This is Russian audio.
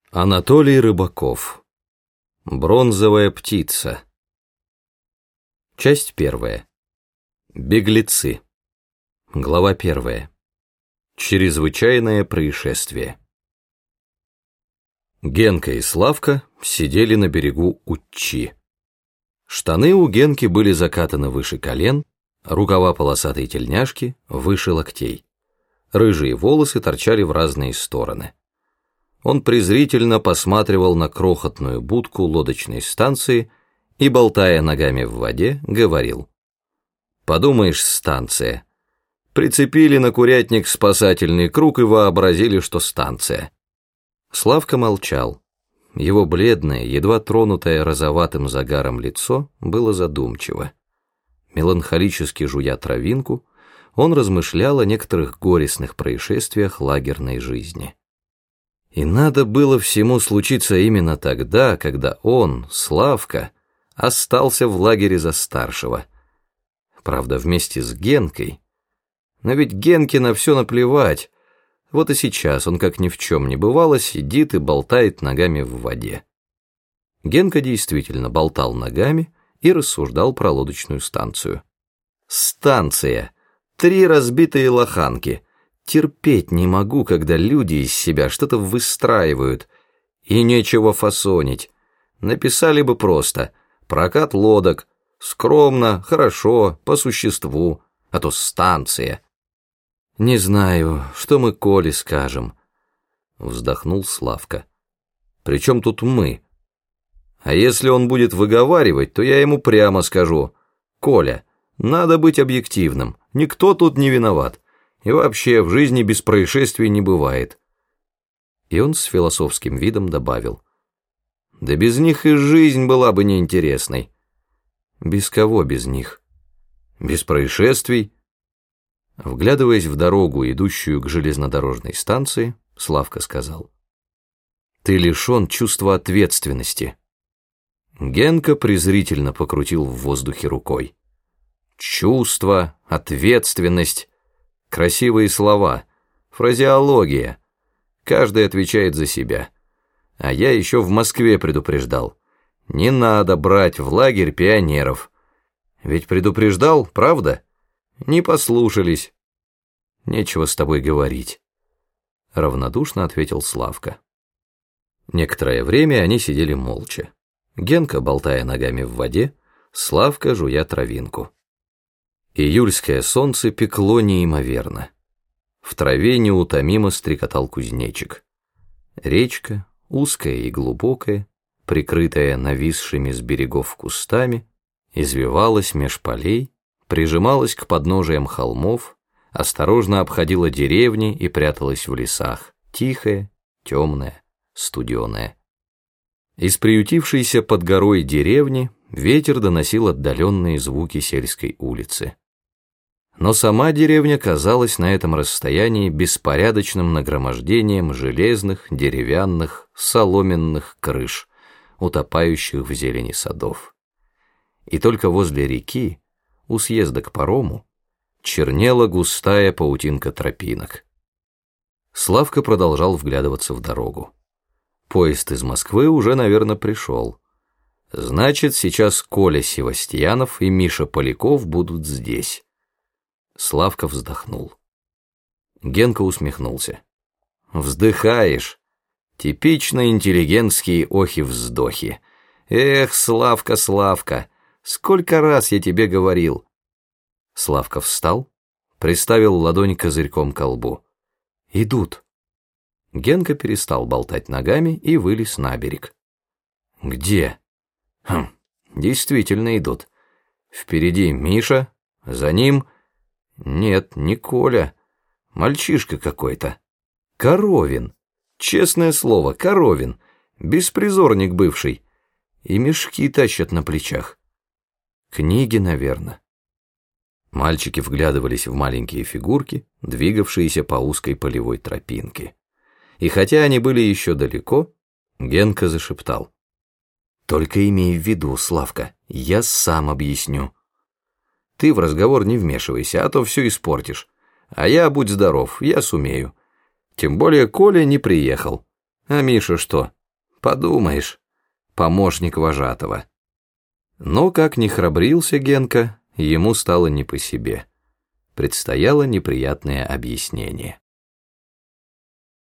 Анатолий Рыбаков. Бронзовая птица. Часть первая. Беглецы. Глава первая. Чрезвычайное происшествие. Генка и Славка сидели на берегу Утчи. Штаны у Генки были закатаны выше колен, рукава полосатой тельняшки выше локтей. Рыжие волосы торчали в разные стороны. Он презрительно посматривал на крохотную будку лодочной станции и, болтая ногами в воде, говорил: «Подумаешь, станция. Прицепили на курятник спасательный круг и вообразили, что станция». Славка молчал. Его бледное, едва тронутое розоватым загаром лицо было задумчиво. Меланхолически жуя травинку, он размышлял о некоторых горестных происшествиях лагерной жизни. И надо было всему случиться именно тогда, когда он, Славка, остался в лагере за старшего. Правда, вместе с Генкой. Но ведь Генке на все наплевать. Вот и сейчас он, как ни в чем не бывало, сидит и болтает ногами в воде. Генка действительно болтал ногами и рассуждал про лодочную станцию. «Станция! 3 разбитые лоханки! Терпеть не могу, когда люди из себя что-то выстраивают, и нечего фасонить. Написали бы просто: прокат лодок, скромно, хорошо, по существу, а то станция». «Не знаю, что мы Коле скажем», — вздохнул Славка. «При чем тут мы? А если он будет выговаривать, то я ему прямо скажу: Коля, надо быть объективным, никто тут не виноват, и вообще в жизни без происшествий не бывает». И он с философским видом добавил: «Да без них и жизнь была бы неинтересной». «Без кого без них? Без происшествий?» Вглядываясь в дорогу, идущую к железнодорожной станции, Славка сказал: «Ты лишен чувства ответственности». Генка презрительно покрутил в воздухе рукой. «Чувство, ответственность — красивые слова, фразеология. Каждый отвечает за себя. А я еще в Москве предупреждал: не надо брать в лагерь пионеров. Ведь предупреждал, правда? Не послушались. Нечего с тобой говорить», — равнодушно ответил Славка. Некоторое время они сидели молча. Генка, болтая ногами в воде, Славка, жуя травинку. Июльское солнце пекло неимоверно. В траве неутомимо стрекотал кузнечик. Речка, узкая и глубокая, прикрытая нависшими с берегов кустами, извивалась меж полей, прижималась к подножиям холмов, осторожно обходила деревни и пряталась в лесах, тихая, темная, студеная. Из приютившейся под горой деревни ветер доносил отдаленные звуки сельской улицы. Но сама деревня казалась на этом расстоянии беспорядочным нагромождением железных, деревянных, соломенных крыш, утопающих в зелени садов. И только возле реки, у съезда к парому, чернела густая паутинка тропинок. Славка продолжал вглядываться в дорогу. Поезд из Москвы уже, наверное, пришел. Значит, сейчас Коля Севастьянов и Миша Поляков будут здесь. Славка вздохнул. Генка усмехнулся. «Вздыхаешь? Типично интеллигентские охи-вздохи. Эх, Славка, Славка, сколько раз я тебе говорил». Славка встал, приставил ладонь козырьком ко лбу. «Идут». Генка перестал болтать ногами и вылез на берег. «Где?» Действительно идут. Впереди Миша, за ним... Нет, не Коля, мальчишка какой-то. Коровин. Честное слово, Коровин. Беспризорник бывший. И мешки тащат на плечах. Книги, наверное». Мальчики вглядывались в маленькие фигурки, двигавшиеся по узкой полевой тропинке. И хотя они были еще далеко, Генка зашептал: «Только имей в виду, Славка, я сам объясню. Ты в разговор не вмешивайся, а то все испортишь. А я, будь здоров, я сумею. Тем более Коля не приехал. А Миша что? Подумаешь, помощник вожатого. Но как ни храбрился Генка, ему стало не по себе. Предстояло неприятное объяснение.